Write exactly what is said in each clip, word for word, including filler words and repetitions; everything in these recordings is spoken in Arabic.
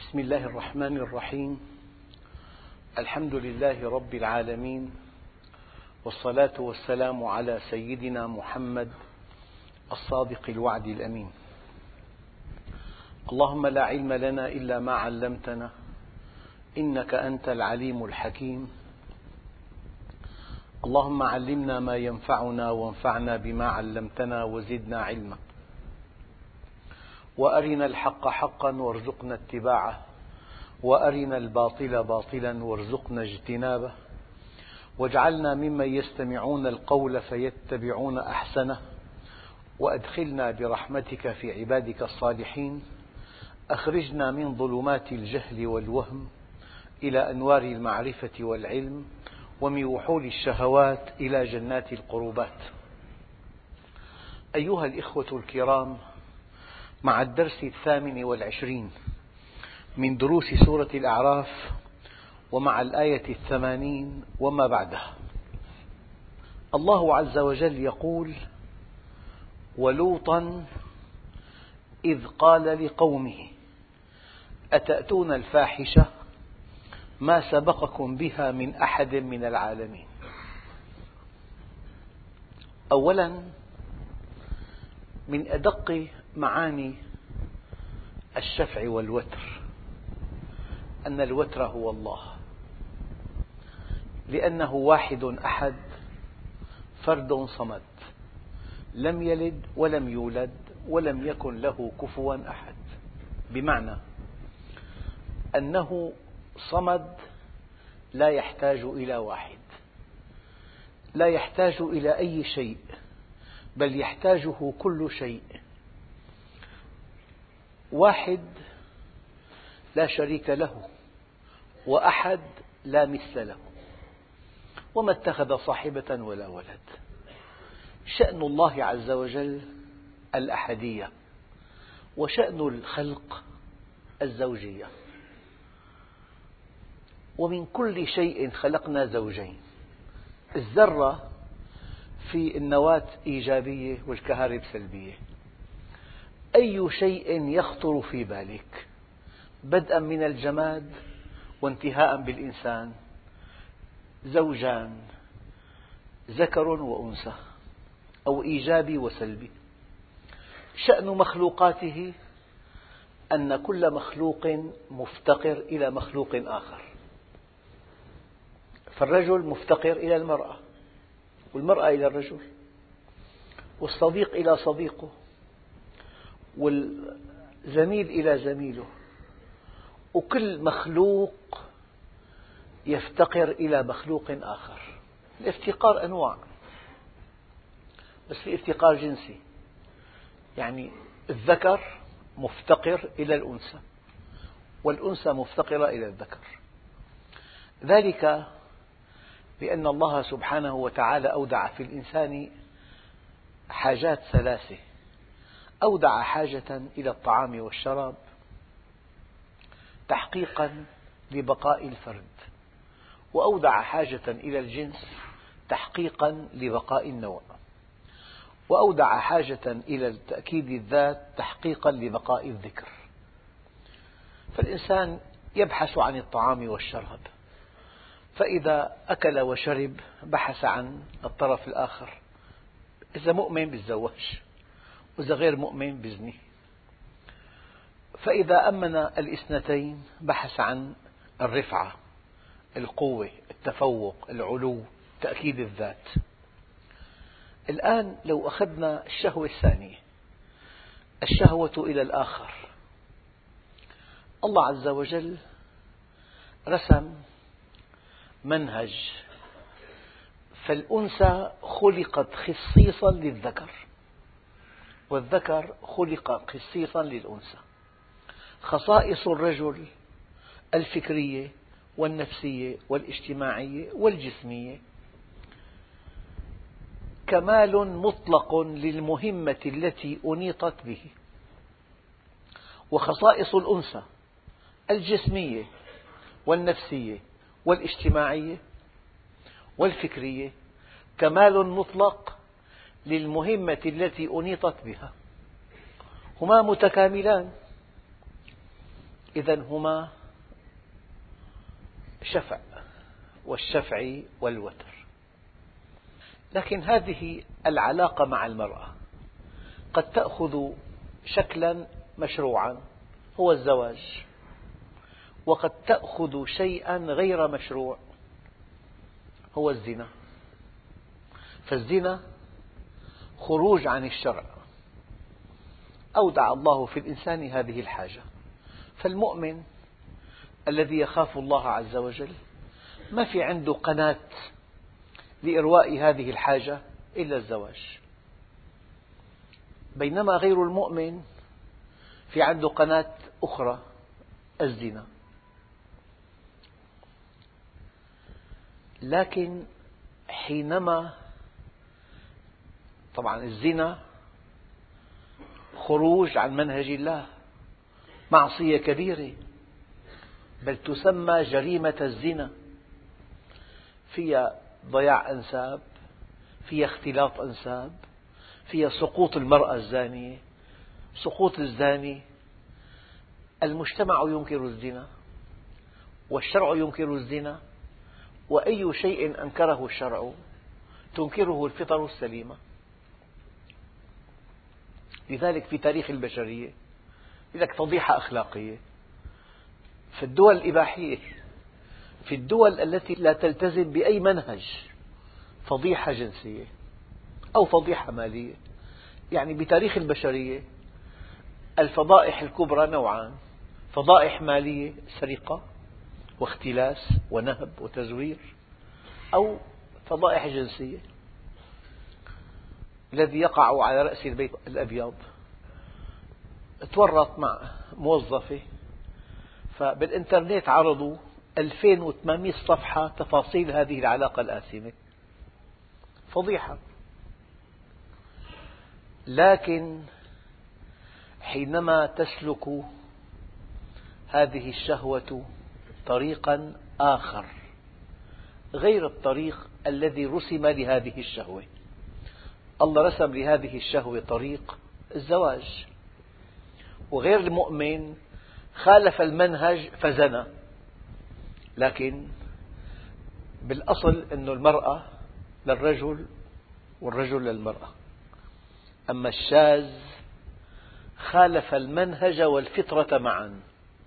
بسم الله الرحمن الرحيم. الحمد لله رب العالمين، والصلاة والسلام على سيدنا محمد الصادق الوعد الأمين. اللهم لا علم لنا إلا ما علمتنا إنك أنت العليم الحكيم. اللهم علمنا ما ينفعنا وانفعنا بما علمتنا وزدنا علما، وأرنا الحق حقا وارزقنا اتباعه، وأرنا الباطل باطلا وارزقنا اجتنابه، واجعلنا ممن يستمعون القول فيتبعون أحسنه، وأدخلنا برحمتك في عبادك الصالحين. أخرجنا من ظلمات الجهل والوهم إلى أنوار المعرفة والعلم، ومن وحول الشهوات إلى جنات القربات. أيها الإخوة الكرام، مع الدرس الثامن والعشرين من دروس سورة الأعراف، ومع الآية الثمانين وما بعدها، الله عز وجل يقول: ولوطا إذ قال لقومه أتأتون الفاحشة ما سبقكم بها من أحد من العالمين. أولا، من أدق معاني الشفع والوتر أن الوتر هو الله، لأنه واحد أحد فرد صمد، لم يلد ولم يولد ولم يكن له كفوا أحد، بمعنى أنه صمد لا يحتاج إلى واحد، لا يحتاج إلى أي شيء، بل يحتاجه كل شيء. واحد لا شريك له، وأحد لا مثل له، وما اتخذ صاحبة ولا ولد. شأن الله عز وجل الأحدية، وشأن الخلق الزوجية. ومن كل شيء خلقنا زوجين، الذرة في النواة إيجابية والكهرب سلبية. أي شيء يخطر في بالك بدءا من الجماد وانتهاء بالإنسان، زوجان، ذكر وأنثى، أو إيجابي وسلبي. شأن مخلوقاته أن كل مخلوق مفتقر إلى مخلوق آخر، فالرجل مفتقر إلى المرأة، والمرأة إلى الرجل، والصديق إلى صديقه، والزميل إلى زميله، وكل مخلوق يفتقر إلى مخلوق آخر. الافتقار أنواع، بس في افتقار جنسي، يعني الذكر مفتقر إلى الأنثى، والأنثى مفتقرة إلى الذكر. ذلك لأن الله سبحانه وتعالى أودع في الإنسان حاجات ثلاثة: أودع حاجة إلى الطعام والشراب تحقيقا لبقاء الفرد، وأودع حاجة إلى الجنس تحقيقا لبقاء النوع، وأودع حاجة إلى تأكيد الذات تحقيقا لبقاء الذكر. فالإنسان يبحث عن الطعام والشراب، فإذا أكل وشرب بحث عن الطرف الآخر، إذا مؤمن بيتزوج، وإذا غير مؤمن بيزني. فإذا أمن الاثنتين بحث عن الرفعة، القوة، التفوق، العلو، تأكيد الذات. الآن لو أخذنا الشهوة الثانية، الشهوة إلى الآخر، الله عز وجل رسم منهج، فالأنثى خلقت خصيصا للذكر، والذكر خلق خصيصا للأنثى. خصائص الرجل الفكرية والنفسية والاجتماعية والجسمية، كمال مطلق للمهمة التي أنيطت به. وخصائص الأنثى الجسمية والنفسية والاجتماعية والفكرية كمال مطلق للمهمة التي أنيطت بها، هما متكاملان. إذن هما شفع، والشفع والوتر. لكن هذه العلاقة مع المرأة قد تأخذ شكلا مشروعا هو الزواج، وقد تأخذ شيئا غير مشروع هو الزنا. فالزنا خروج عن الشرع، أودع الله في الإنسان هذه الحاجة. فالمؤمن الذي يخاف الله عز وجل ما في عنده قناة لإرواء هذه الحاجة إلا الزواج، بينما غير المؤمن في عنده قناة أخرى، الزنا. لكن حينما طبعا الزنا خروج عن منهج الله، معصية كبيرة، بل تسمى جريمة الزنا، فيها ضياع أنساب، فيها اختلاط أنساب، فيها سقوط المرأة الزانية، سقوط الزاني. المجتمع ينكر الزنا، والشرع ينكر الزنا، وأي شيء أنكره الشرع تنكره الفطر السليمة. لذلك في تاريخ البشرية لك فضيحة أخلاقية في الدول الإباحية، في الدول التي لا تلتزم بأي منهج، فضيحة جنسية أو فضيحة مالية. يعني بتاريخ البشرية الفضائح الكبرى نوعان: فضائح مالية، سرقة واختلاس ونهب وتزوير، أو فضائح جنسية. الذي يقع على رأس البيت الأبيض تورط مع موظفة، فبالإنترنت عرضوا ألفين وثمانمئة صفحة تفاصيل هذه العلاقة الآثمة، فضيحة. لكن حينما تسلك هذه الشهوة طريقا آخر غير الطريق الذي رسم لهذه الشهوة، الله رسم لهذه الشهوة طريق الزواج، وغير المؤمن خالف المنهج فزنى. لكن بالأصل أن المرأة للرجل والرجل للمرأة، أما الشاذ خالف المنهج والفطرة معا،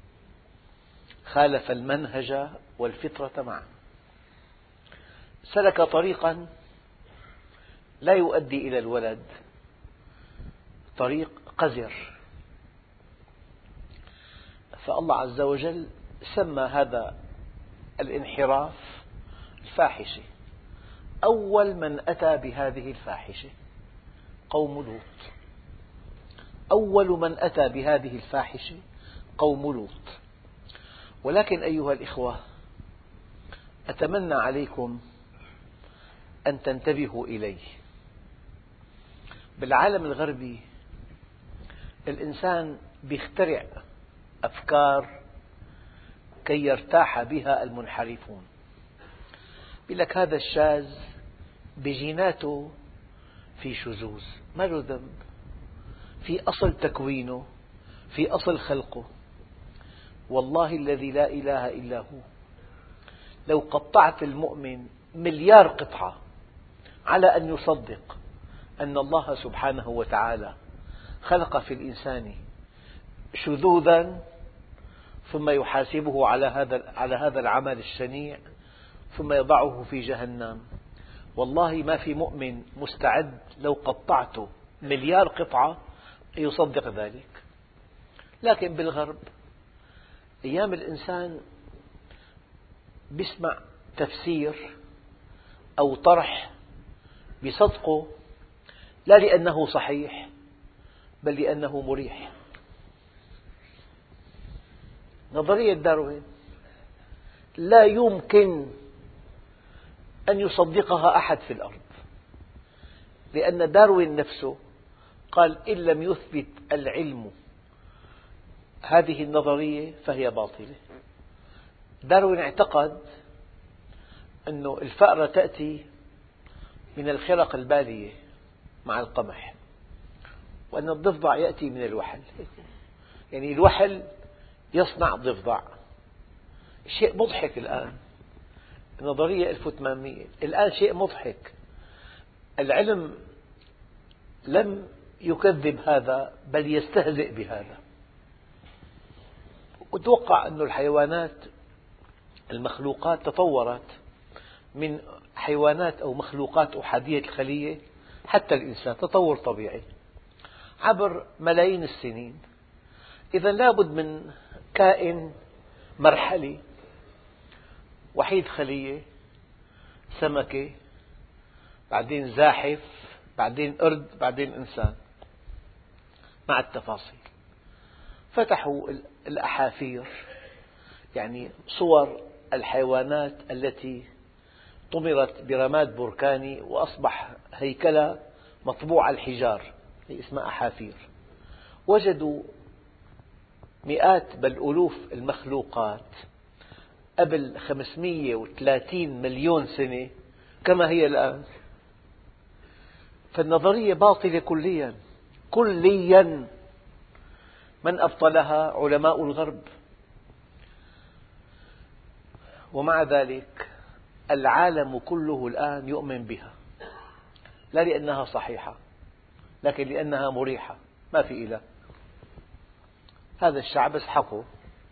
خالف المنهج والفطرة معا، سلك طريقا لا يؤدي إلى الولد، طريق قذر. فالله عز وجل سمى هذا الانحراف الفاحشة. أول من أتى بهذه الفاحشة قوم لوط، أول من أتى بهذه الفاحشة قوم لوط. ولكن أيها الإخوة، أتمنى عليكم أن تنتبهوا إليه. بالعالم الغربي الإنسان يخترع أفكار كي يرتاح بها المنحرفون. يقول لك هذا الشاذ بجيناته في شذوذ، ما له ذنب، في أصل تكوينه، في أصل خلقه. والله الذي لا إله إلا هو، لو قطعت المؤمن مليار قطعة على أن يصدق أن الله سبحانه وتعالى خلق في الإنسان شذوذا ثم يحاسبه على هذا على هذا العمل الشنيع ثم يضعه في جهنم، والله ما في مؤمن مستعد لو قطعته مليار قطعة يصدق ذلك. لكن بالغرب أيام الإنسان يسمع تفسير أو طرح يصدقه، لا لأنه صحيح بل لأنه مريح. نظرية داروين لا يمكن أن يصدقها أحد في الأرض، لأن داروين نفسه قال إن لم يثبت العلم هذه النظرية فهي باطلة. داروين اعتقد أن الفأرة تأتي من الخرق البالية مع القمح، وأن الضفدع يأتي من الوحل. يعني الوحل يصنع ضفدع. شيء مضحك الآن، نظرية ألف وثمانمئة الآن شيء مضحك. العلم لم يكذب هذا بل يستهزئ بهذا. أتوقع أن الحيوانات المخلوقات تطورت من حيوانات أو مخلوقات أحادية الخلية حتى الإنسان، تطور طبيعي عبر ملايين السنين. إذا لابد من كائن مرحلي وحيد خلية، سمكة، بعدين زاحف، بعدين قرد، بعدين إنسان، مع التفاصيل. فتحوا الأحافير، يعني صور الحيوانات التي طمرت برماد بركاني وأصبح هيكلها مطبوع على الحجار، هي اسمها أحافير. وجدوا مئات بل ألوف المخلوقات قبل خمسمئة وثلاثين مليون سنة كما هي الآن. فالنظرية باطلة كليا كليا، من أبطلها؟ علماء الغرب. ومع ذلك العالم كله الآن يؤمن بها، لا لأنها صحيحة لكن لأنها مريحة. ما في إله. هذا الشعب اسحقه،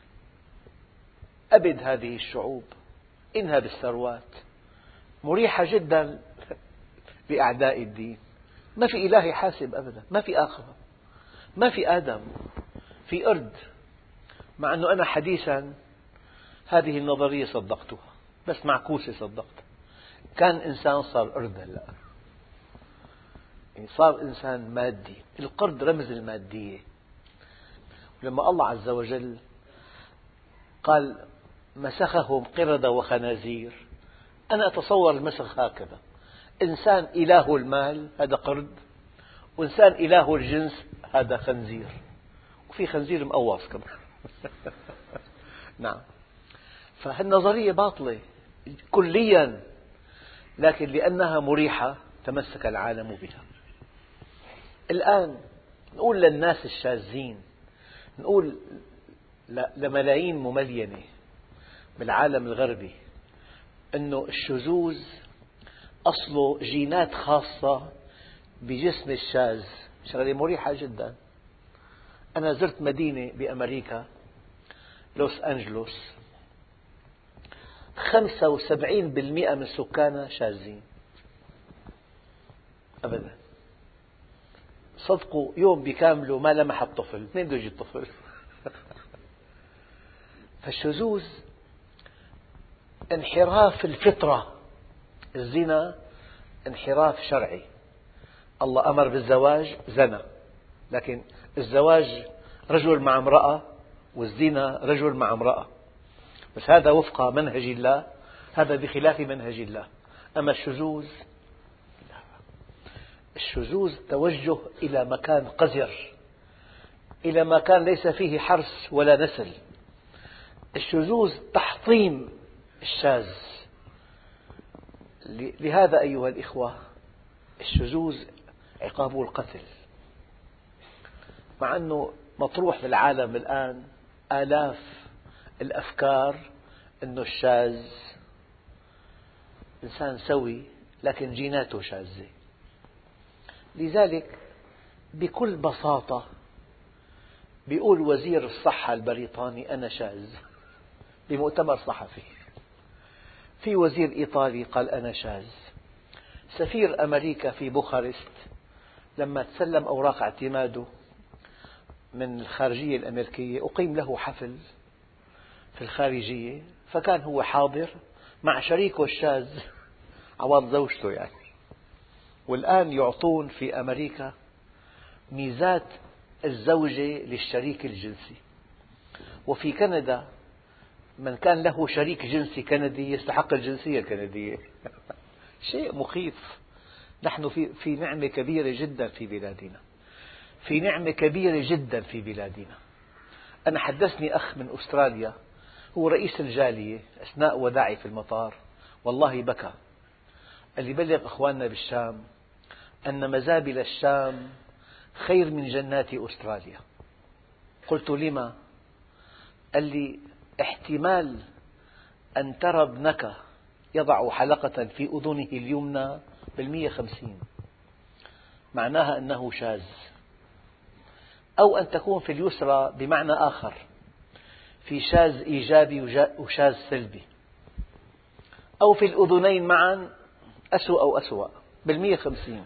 أبد هذه الشعوب، إنها بالثروات، مريحة جدا لأعداء الدين. ما في إله يحاسب أبدا، ما في آخرة، ما في آدم، في قرد. مع أنه أنا حديثا هذه النظرية صدقتها، بس معكوسة صدقتها. كان إنسان صار قرد هلأ، يعني صار إنسان مادي. القرد رمز المادية. لما الله عز وجل قال مسخهم قردة وخنازير، أنا أتصور المسخ هكذا: إنسان إله المال هذا قرد، وإنسان إله الجنس هذا خنزير، وفي خنزير مقواص كمان. نعم. فالنظرية باطلة كليا، لكن لأنها مريحة تمسك العالم بها. الآن نقول للناس الشاذين، نقول لملايين مملينة بالعالم الغربي أنه الشذوذ أصله جينات خاصة بجسم الشاذ، شغلة مريحة جدا. أنا زرت مدينة بأمريكا، لوس أنجلوس، خمسة وسبعين بالمئة من سكانها شاذين أبدا. صدقوا يوم بكامله ما لمح الطفل، منين بده يجي الطفل؟ فالشذوذ انحراف الفطرة. الزنا انحراف شرعي، الله أمر بالزواج زنا، لكن الزواج رجل مع امرأة والزنا رجل مع امرأة، بس هذا وفق منهج الله، هذا بخلاف منهج الله. أما الشذوذ، الشذوذ توجه إلى مكان قذر، إلى مكان ليس فيه حرث ولا نسل. الشذوذ تحطيم الشاذ. لهذا أيها الإخوة الشذوذ عقابه القتل، مع أنه مطروح في العالم الآن آلاف الأفكار أنه الشاذ إنسان سوي لكن جيناته شاذة. لذلك بكل بساطة بيقول وزير الصحة البريطاني أنا شاذ بمؤتمر صحفي، في وزير إيطالي قال أنا شاذ، سفير أمريكا في بوخارست لما تسلم أوراق اعتماده من الخارجية الأمريكية أقيم له حفل في الخارجية، فكان هو حاضر مع شريكه الشاذ عوض زوجته يعني. والآن يعطون في أمريكا ميزات الزوجة للشريك الجنسي، وفي كندا من كان له شريك جنسي كندي يستحق الجنسية الكندية. شيء مخيف. نحن في في نعمة كبيرة جدا في بلادنا، في نعمة كبيرة جدا في بلادنا. أنا حدثني أخ من أستراليا، هو رئيس الجالية، أثناء وداعي في المطار والله بكى، قال لي بلغ أخواننا بالشام أن مزابل الشام خير من جنات أستراليا. قلت لما؟ قال لي احتمال أن ترى ابنك يضع حلقة في أذنه اليمنى بالمئة وخمسين، معناها أنه شاذ، أو أن تكون في اليسرى بمعنى آخر، في شاذ إيجابي وشاذ سلبي، أو في الأذنين معا أسوأ أو أسوأ بالمئة وخمسين.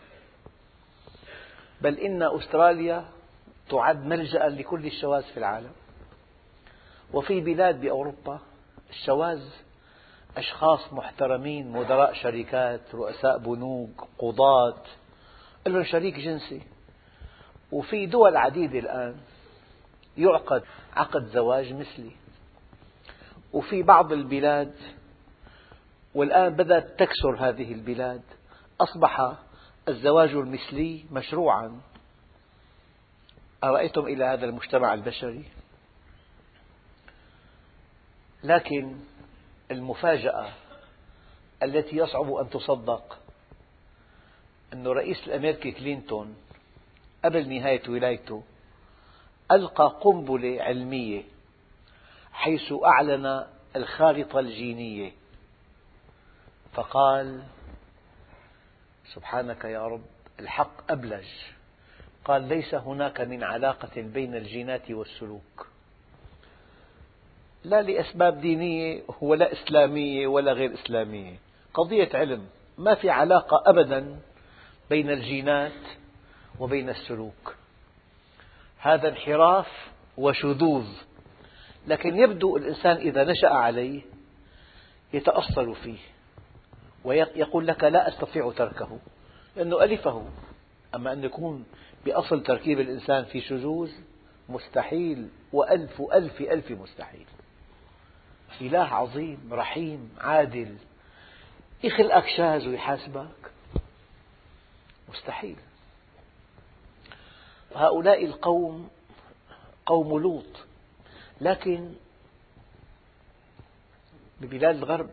بل إن أستراليا تعد ملجأ لكل الشواذ في العالم، وفي بلاد بأوروبا الشواذ أشخاص محترمين، مدراء شركات، رؤساء بنوك، قضاة، لهم شريك جنسي. وفي دول عديدة الآن يعقد عقد زواج مثلي، وفي بعض البلاد، والآن بدأت تكثر هذه البلاد، أصبح الزواج المثلي مشروعا. أرأيتم إلى هذا المجتمع البشري؟ لكن المفاجأة التي يصعب أن تصدق أن الرئيس الأمريكي كلينتون قبل نهاية ولايته ألقى قنبلة علمية حيث أعلن الخارطة الجينية، فقال سبحانك يا رب الحق أبلج، قال ليس هناك من علاقة بين الجينات والسلوك، لا لأسباب دينية ولا إسلامية ولا غير إسلامية، قضية علم، ما في علاقة أبدا بين الجينات وبين السلوك. هذا انحراف وشذوذ، لكن يبدو الإنسان إذا نشأ عليه يتأصل فيه ويقول لك لا أستطيع تركه لأنه ألفه. أما أن يكون بأصل تركيب الإنسان في شذوذ مستحيل، وألف ألف ألف مستحيل. إله عظيم رحيم عادل يخلقك شاذ ويحاسبك؟ مستحيل. هؤلاء القوم قوم لوط، لكن ببلاد الغرب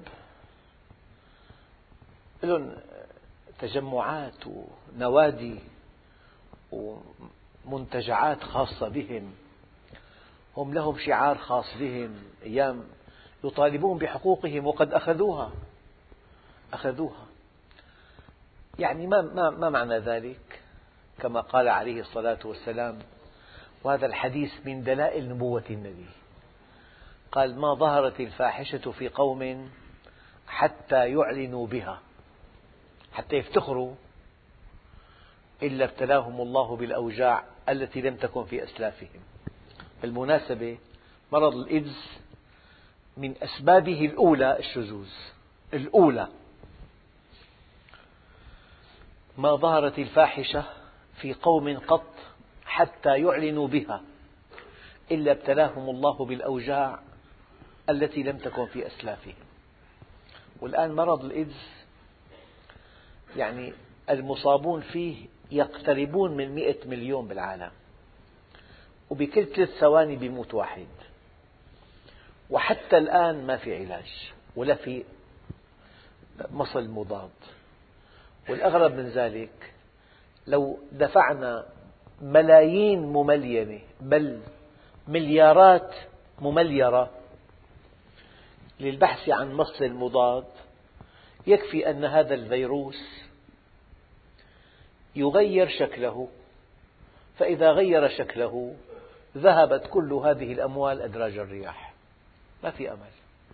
لهم تجمعات ونوادي ومنتجعات خاصة بهم، هم لهم شعار خاص بهم، أيام يطالبون بحقوقهم وقد أخذوها أخذوها يعني ما, ما, ما معنى ذلك؟ كما قال عليه الصلاة والسلام، وهذا الحديث من دلائل نبوة النبي، قال ما ظهرت الفاحشة في قوم حتى يعلنوا بها، حتى يفتخروا، إلا ابتلاهم الله بالأوجاع التي لم تكن في أسلافهم. بالمناسبة مرض الإيدز من أسبابه الأولى الشذوذ، الأولى. ما ظهرت الفاحشة في قوم قط حتى يعلنوا بها إلا ابتلاهم الله بالأوجاع التي لم تكن في أسلافهم. والآن مرض الإيدز يعني المصابون فيه يقتربون من مئة مليون بالعالم، وبكل ثلاث ثواني بيموت واحد، وحتى الآن ما في علاج ولا في مصل مضاد. والأغرب من ذلك لو دفعنا ملايين مملينة بل مليارات ممليرة للبحث عن مصل مضاد، يكفي أن هذا الفيروس يغير شكله، فإذا غير شكله ذهبت كل هذه الأموال أدراج الرياح، ما في أمل.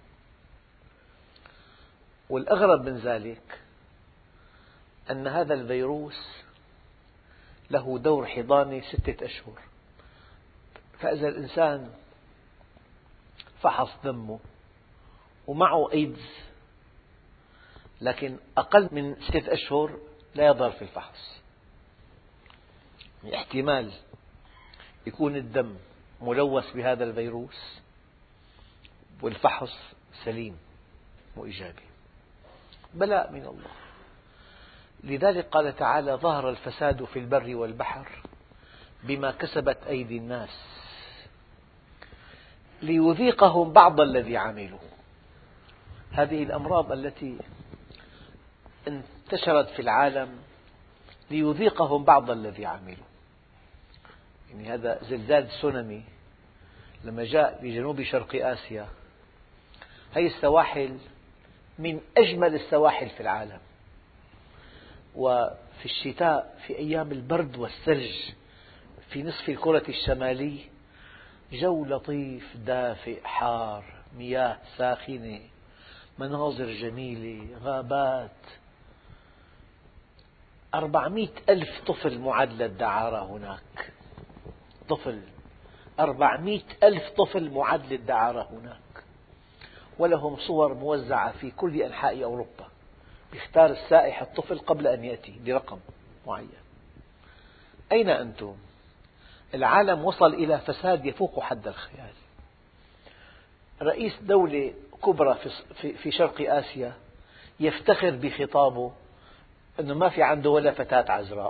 والأغرب من ذلك أن هذا الفيروس له دور حضاني ستة أشهر، فإذا الإنسان فحص دمه ومعه إيدز لكن أقل من ستة أشهر لا يظهر في الفحص. احتمال يكون الدم ملوث بهذا الفيروس والفحص سليم وإيجابي، بلاء من الله. لذلك قال تعالى ظهر الفساد في البر والبحر بما كسبت أيدي الناس ليذيقهم بعض الذي عملوا. هذه الأمراض التي انتشرت في العالم ليذيقهم بعض الذي عملوا. يعني هذا زلزال تسونامي لما جاء لجنوب شرق آسيا، هذه السواحل من أجمل السواحل في العالم، وفي الشتاء في أيام البرد والثلج في نصف الكرة الشمالي جو لطيف دافئ حار، مياه ساخنة، مناظر جميلة، غابات. أربعمئة ألف طفل معد للدعارة هناك، طفل أربعمئة ألف طفل معد للدعارة هناك، ولهم صور موزعة في كل أنحاء أوروبا. يختار السائح الطفل قبل أن يأتي برقم معين. أين أنتم؟ العالم وصل إلى فساد يفوق حد الخيال. رئيس دولة كبرى في شرق آسيا يفتخر بخطابه أنه ما في عنده ولا فتاة عذراء.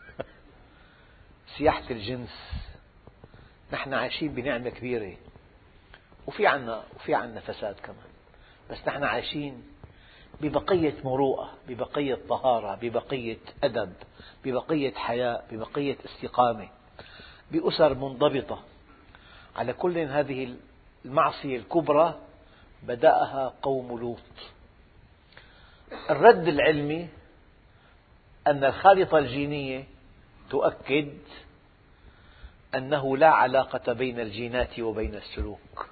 سياحة الجنس. نحن عايشين بنعمة كبيرة، وفي عنا وفي عنا فساد كمان، بس نحن عايشين ببقية مروءة، ببقية طهارة، ببقية أدب، ببقية حياء، ببقية استقامة، بأسر منضبطة. على كل هذه المعصية الكبرى بدأها قوم لوط. الرد العلمي أن الخارطة الجينية تؤكد أنه لا علاقة بين الجينات وبين السلوك.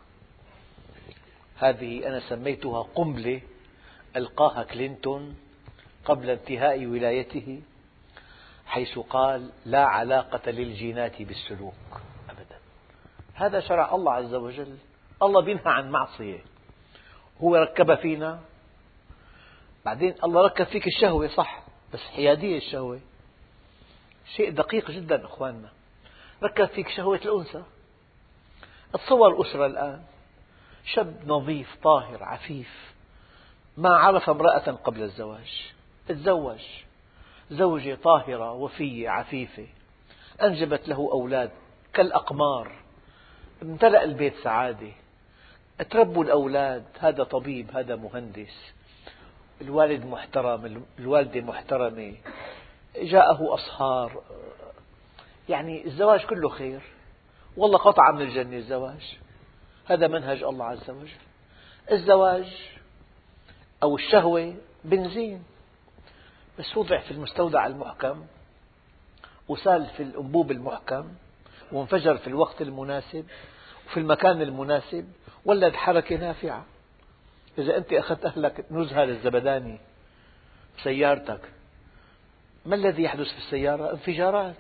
هذه أنا سميتها قنبلة ألقاها كلينتون قبل انتهاء ولايته، حيث قال لا علاقة للجينات بالسلوك أبدا. هذا شرع الله عز وجل. الله بينهى عن معصية، هو ركب فينا. بعدين الله ركب فيك الشهوة صح، بس حيادية الشهوة، شيء دقيق جدا أخواننا. ركب فيك شهوة الأنثى. تصور أسرة الآن، شاب نظيف طاهر عفيف ما عرف امرأة قبل الزواج، تزوج، زوجة طاهرة وفية عفيفة، أنجبت له أولاد كالأقمار، امتلأ البيت سعادة، تربوا الأولاد، هذا طبيب، هذا مهندس، الوالد محترم، الوالدة محترمة، جاءه أصهار، يعني الزواج كله خير. والله قطعة من الجنة الزواج. هذا منهج الله عز وجل. الزواج أو الشهوة بنزين، بس وضع في المستودع المحكم، وسال في الأنبوب المحكم، وانفجر في الوقت المناسب وفي المكان المناسب، ولد حركة نافعة. إذا أنت أخذت أهلك نزهة للزبداني بسيارتك، ما الذي يحدث في السيارة؟ انفجارات،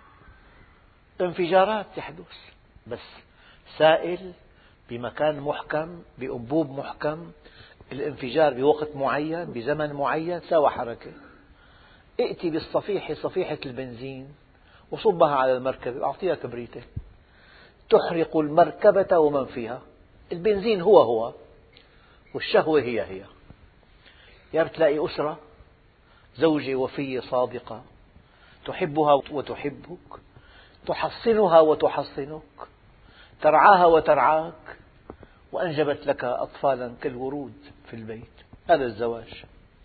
انفجارات تحدث. بس سائل بمكان محكم بأنبوب محكم، الانفجار بوقت معين بزمن معين سوى حركة. ائتي بالصفيحة، صفيحة البنزين، وصبها على المركبة، أعطيها كبريتة تحرق المركبة ومن فيها. البنزين هو هو والشهوة هي هي. يا بتلاقي أسرة، زوجة وفية صادقة تحبها وتحبك، تحصنها وتحصنك، ترعاها وترعاك، وأنجبت لك أطفالا كالورود في البيت. هذا الزواج.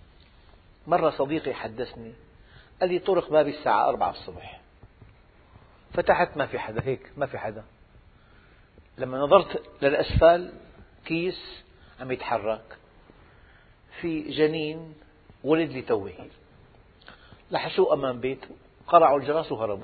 مرة صديقي حدثني، قال لي طرق بابي الساعة أربعة الصبح، فتحت ما في حدا، هيك ما في حدا. لما نظرت للأسفل كيس عم يتحرك، في جنين ولد لي توه، لحشوه أمام بيته، قرعوا الجرس وهربوا.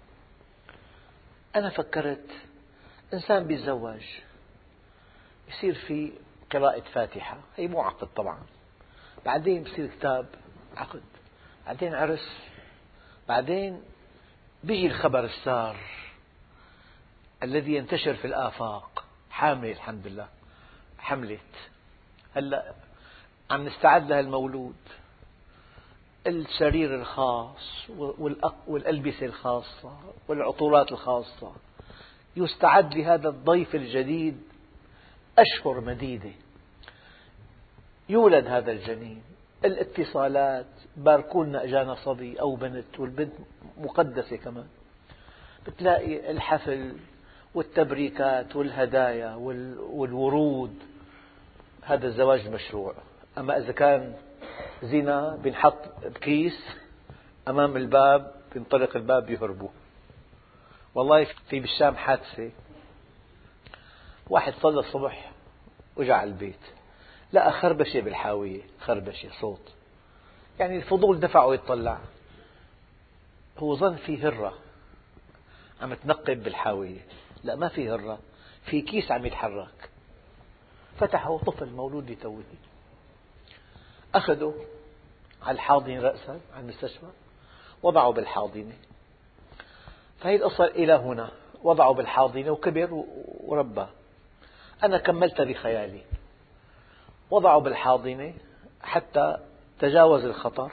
أنا فكرت إنسان بيتزوج يصير في قراءة فاتحة، هي مو عقد طبعا، بعدين بصير كتاب عقد، بعدين عرس، بعدين بيجي الخبر السار الذي ينتشر في الآفاق، حامل الحمد لله، حملت، هلأ عم نستعد لها المولود، السرير الخاص والألبسة الخاصة والعطورات الخاصة، يستعد لهذا الضيف الجديد أشهر مديدة. يولد هذا الجنين، الاتصالات، باركولنا أجانا صبي أو بنت، والبنت مقدسة كمان. بتلاقي الحفل والتبريكات والهدايا والورود. هذا الزواج مشروع. أما إذا كان زنا بنحط بكيس أمام الباب، بينطلق الباب بيهربوا. والله في بالشام حادثة، واحد صلى الصبح وجاء على البيت لقى خربشة بالحاوية، خربشة صوت، يعني الفضول دفعه يطلع، هو ظن في هرة عم تنقب بالحاوية، لا ما في هرة، في كيس عم يتحرك. فتحه طفل مولود لتوه، أخذه على الحاضنة رأسا على المستشفى، وضعه بالحاضنة. فهي القصة إلى هنا، وضعه بالحاضنة وكبر وربى. أنا كملت بخيالي، وضعه بالحاضنة حتى تجاوز الخطر،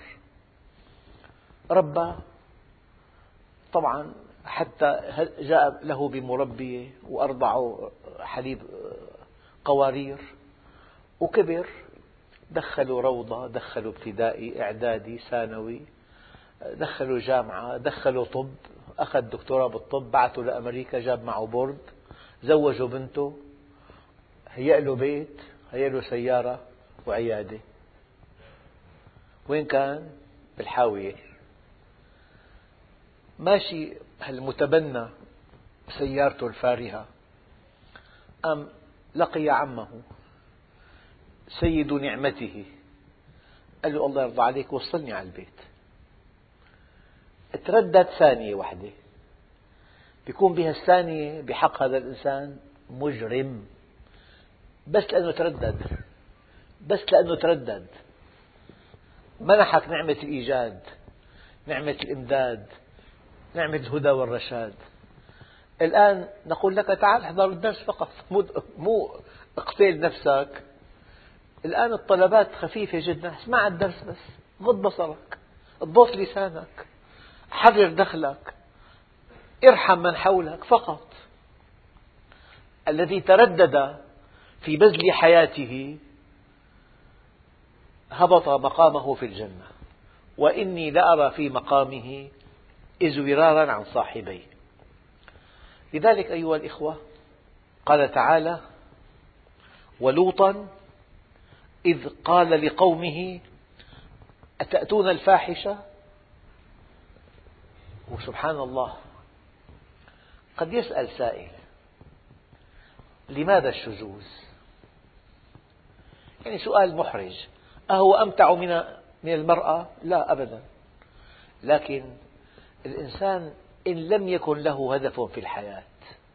ربى طبعا حتى جاء له بمربية وأرضعه حليب قوارير، وكبر، دخلوا روضة، دخلوا ابتدائي، إعدادي، ثانوي، دخلوا جامعة، دخلوا طب، أخذ دكتوراه بالطب، بعثوا لأمريكا، جاب معه بورد، زوجوا بنته، هيأ له بيت، هيأ له سيارة وعيادة. وين كان؟ بالحاوية. ماشي هالمتبنى بسيارته الفارهة، أم لقي عمه سيد نعمته، قال له الله يرضى عليك وصلني على البيت. تردد ثانية واحدة، بيكون بها الثانية بحق هذا الإنسان مجرم، بس لأنه تردد، بس لأنه تردد. منحك نعمة الإيجاد، نعمة الإمداد، نعمة الهدى والرشاد. الآن نقول لك تعال احضر الدرس فقط، مو اقتل نفسك. الآن الطلبات خفيفة جدا، اسمع الدرس بس، غض بصرك، اضبط لسانك، حرر دخلك، ارحم من حولك فقط. الذي تردد في بذل حياته هبط مقامه في الجنة، وإني لأرى في مقامه إزورارا عن صاحبيه. لذلك أيها الإخوة قال تعالى: ولوطا إذ قال لقومه أتأتون الفاحشة. وسبحان الله، قد يسأل سائل: لماذا الشذوذ؟ يعني سؤال محرج، أهو أمتع من من المرأة؟ لا أبدا، لكن الإنسان إن لم يكن له هدف في الحياة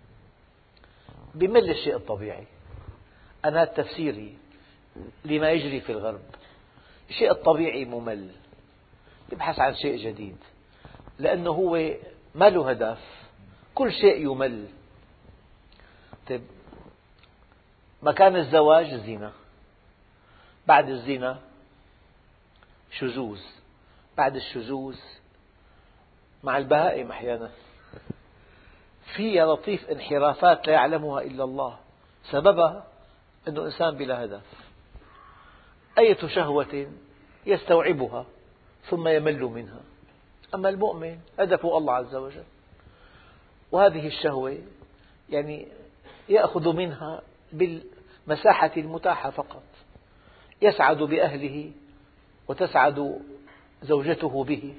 بمل الشيء الطبيعي. أنا تفسيري لما يجري في الغرب، الشيء الطبيعي ممل، يبحث عن شيء جديد، لأنه هو ما له هدف، كل شيء يمل. طيب، مكان الزواج الزنا، بعد الزنا شذوذ، بعد الشذوذ مع البهائم أحيانا في يا لطيف انحرافات لا يعلمها إلا الله، سببها أنه إنسان بلا هدف. أية شهوة يستوعبها ثم يمل منها، أما المؤمن هدفه الله عز وجل، وهذه الشهوة يعني يأخذ منها بالمساحة المتاحة فقط، يسعد بأهله وتسعد زوجته به.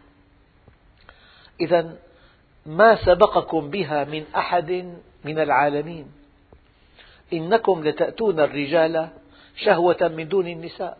إذن ما سبقكم بها من أحد من العالمين، إنكم لتأتون الرجال شهوة من دون النساء.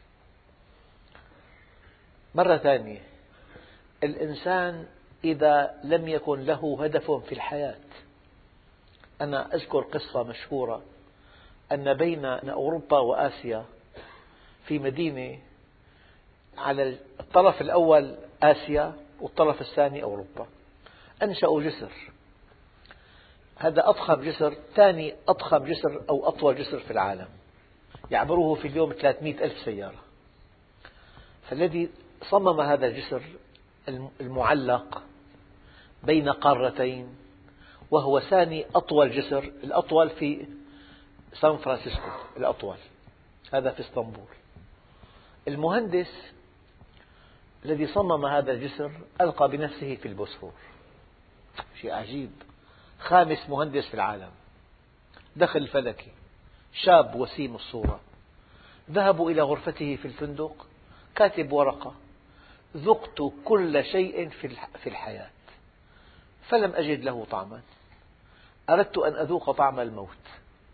مرة ثانية، الإنسان إذا لم يكن له هدف في الحياة. أنا أذكر قصة مشهورة أن بين أوروبا وآسيا في مدينة، على الطرف الأول آسيا والطرف الثاني أوروبا، أنشأوا جسر. هذا أضخم جسر، ثاني أضخم جسر أو أطول جسر في العالم، يعبره في اليوم ثلاثمئة ألف سيارة. فالذي صمم هذا الجسر المعلق بين قارتين، وهو ثاني أطول جسر، الأطول في سان فرانسيسكو، الأطول هذا في اسطنبول. المهندس الذي صمم هذا الجسر ألقى بنفسه في البوسفور، شيء عجيب، خامس مهندس في العالم، دخل فلكي، شاب وسيم الصورة. ذهبوا إلى غرفته في الفندق، كاتب ورقة: ذقت كل شيء في الحياة فلم أجد له طعما، أردت أن أذوق طعم الموت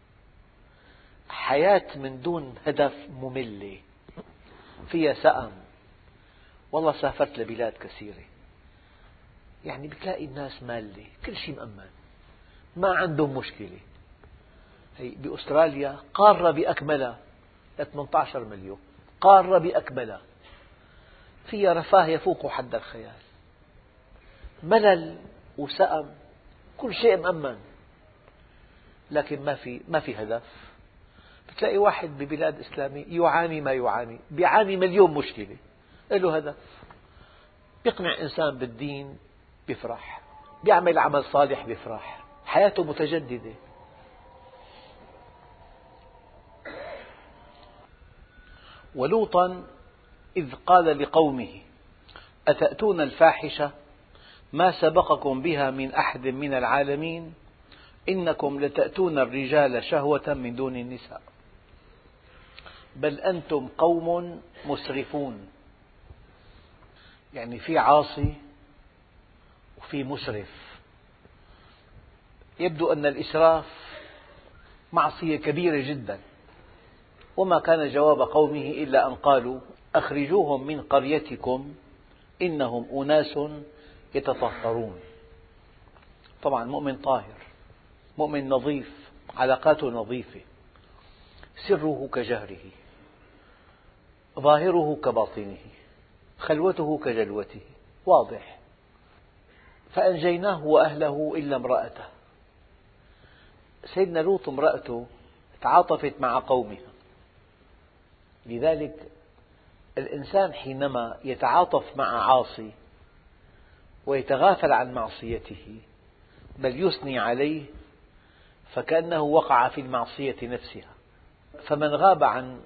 حياة من دون هدف مملة، فيها سأم. والله سافرت لبلاد كثيرة، يعني بتلاقي الناس مالة، كل شيء مأمن، ما عندهم مشكلة. هي بأستراليا قارة بأكملها ثمانية عشر مليون، قارة بأكملها فيها رفاه يفوق حد الخيال، ملل وسأم، كل شيء مأمن، لكن ما في ما في هدف. بتلاقي واحد ببلاد إسلامية يعاني ما يعاني، بيعاني مليون مشكلة، له هدف، يقنع إنسان بالدين بيفرح، بيعمل عمل صالح بيفرح، حياته متجددة. ولوطا إذ قال لقومه أتأتون الفاحشة ما سبقكم بها من أحد من العالمين إنكم لتأتون الرجال شهوة من دون النساء بل أنتم قوم مسرفون. يعني في عاصي وفي مسرف. يبدو أن الإسراف معصية كبيرة جدا، وما كان جواب قومه إلا أن قالوا أخرجوهم من قريتكم إنهم أناس يتطهرون. طبعا مؤمن طاهر، مؤمن نظيف، علاقاته نظيفة، سره كجهره، ظاهره كباطنه، خلوته كجلوته، واضح. فأنجيناه وأهله إلا امرأته. سيدنا لوط امرأته تعاطفت مع قومها. لذلك الإنسان حينما يتعاطف مع عاصي ويتغافل عن معصيته بل يثني عليه فكأنه وقع في المعصية نفسها. فمن غاب عن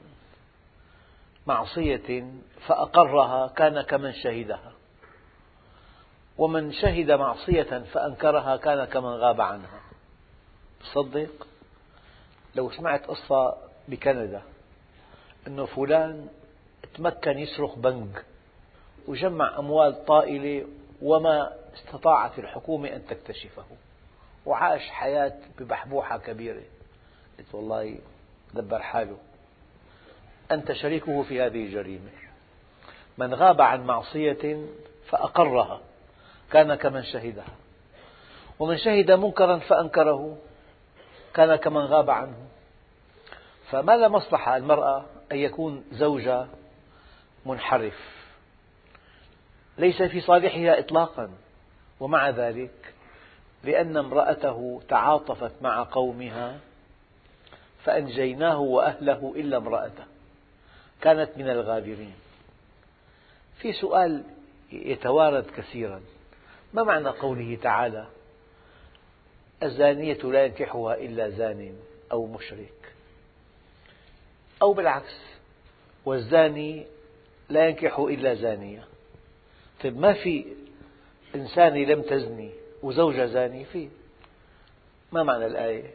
معصية فأقرها كان كمن شهدها، ومن شهد معصية فأنكرها كان كمن غاب عنها. تصدق لو سمعت قصة بكندا أنه فلان تمكن يسرق بنك وجمع أموال طائلة وما استطاعت الحكومة أن تكتشفه، وعاش حياة ببحبوحة كبيرة، قلت والله دبر حاله، أنت شريكه في هذه الجريمة. من غاب عن معصية فأقرها كان كمن شهدها، ومن شهد منكرا فأنكره كان كمن غاب عنه. فما لا مصلحة المرأة أن يكون زوجها منحرف، ليس في صالحها إطلاقا، ومع ذلك لأن امرأته تعاطفت مع قومها فأنجيناه وأهله إلا امرأته كانت من الغابرين. في سؤال يتوارد كثيرا: ما معنى قوله تعالى الزانية لا ينكحها إلا زان أو مشرك، أو بالعكس والزاني لا ينكح إلا زانية؟ طيب ما في إنسانة لم تزني وزوجها زاني؟ فيه. ما معنى الآية؟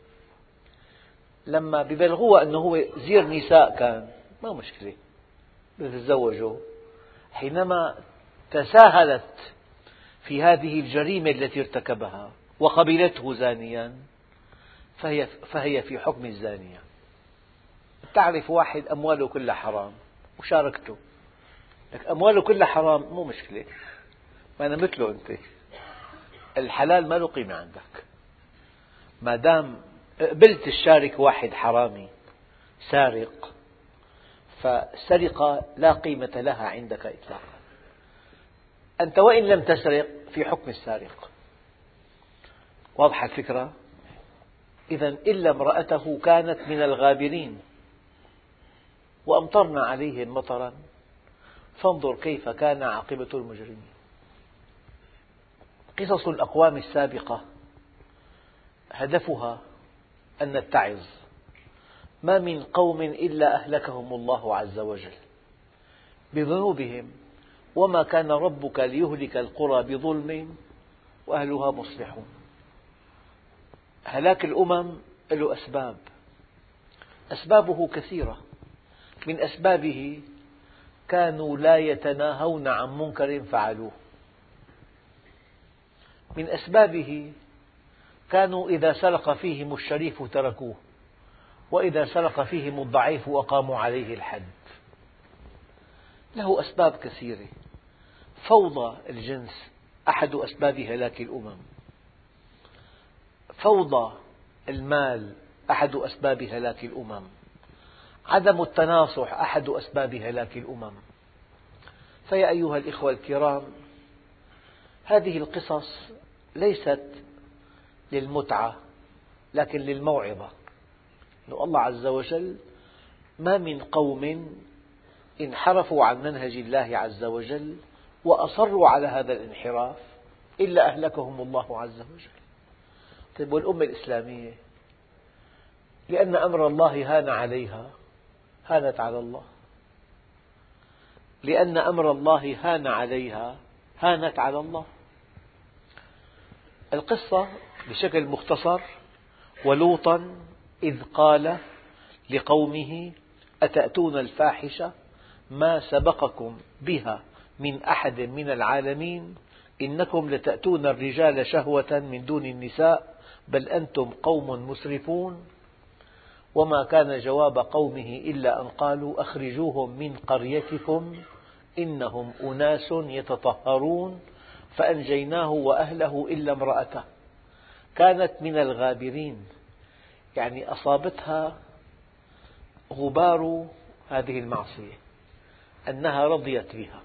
لما ببلغوها أنه هو زير نساء كان ما مشكلة بتتزوجه، حينما تساهلت في هذه الجريمة التي ارتكبها وقبلته زانيا فهي, فهي في حكم الزانية. تعرف واحد أمواله كلها حرام وشاركته، لك أمواله كلها حرام مو مشكلة، ما أنا مثله أنت، الحلال ما له قيمة عندك. ما دام قبلت تشارك واحد حرامي سارق فالسرقة لا قيمة لها عندك إطلاقا، أنت وإن لم تسرق في حكم السارق. واضحة الفكرة؟ إذن إلا امرأته كانت من الغابرين وأمطرنا عليهم مطرا فانظر كيف كان عاقبة المجرمين. قصص الأقوام السابقة هدفها أن نتعظ. ما من قوم إلا أهلكهم الله عز وجل بذنوبهم، وما كان ربك ليهلك القرى بظلم وأهلها مصلحون. هلاك الأمم له أسباب، أسبابه كثيرة. من أسبابه كانوا لا يتناهون عن منكر فعلوه. من أسبابه كانوا إذا سرق فيهم الشريف تركوه وإذا سرق فيهم الضعيف أقاموا عليه الحد. له أسباب كثيرة. فوضى الجنس أحد أسباب هلاك الأمم، فوضى المال أحد أسباب هلاك الأمم، عدم التناصح أحد أسباب هلاك الأمم. فيا أيها الإخوة الكرام، هذه القصص ليست للمتعة لكن للموعظة. الله عز وجل ما من قوم انحرفوا عن منهج الله عز وجل وأصروا على هذا الانحراف إلا أهلكهم الله عز وجل. طيب والأمة الإسلامية لأن أمر الله هان عليها هانت على الله، لأن أمر الله هان عليها هانت على الله. القصة بشكل مختصر: ولوطا إذ قال لقومه أتأتون الفاحشة ما سبقكم بها من أحد من العالمين إنكم لتأتون الرجال شهوة من دون النساء بل أنتم قوم مسرفون. وما كان جواب قومه إلا أن قالوا أخرجوهم من قريتكم إنهم أناس يتطهرون فأنجيناه وأهله إلا امرأته كانت من الغابرين، يعني أصابتها غبار هذه المعصية أنها رضيت بها.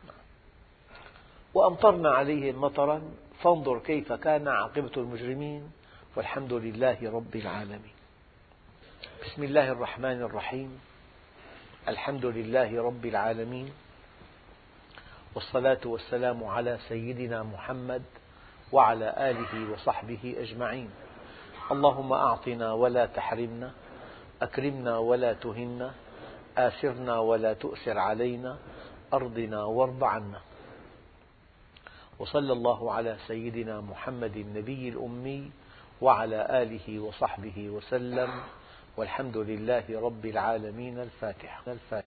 وأمطرنا عليهم مطرا فانظر كيف كان عاقبة المجرمين والحمد لله رب العالمين. بسم الله الرحمن الرحيم. الحمد لله رب العالمين، والصلاة والسلام على سيدنا محمد وعلى آله وصحبه أجمعين. اللهم أعطنا ولا تحرمنا، أكرمنا ولا تهنا، آثرنا ولا تؤثر علينا، أرضنا وارض عنا. وصلى الله على سيدنا محمد النبي الأمي وعلى آله وصحبه وسلم، والحمد لله رب العالمين. الفاتحة.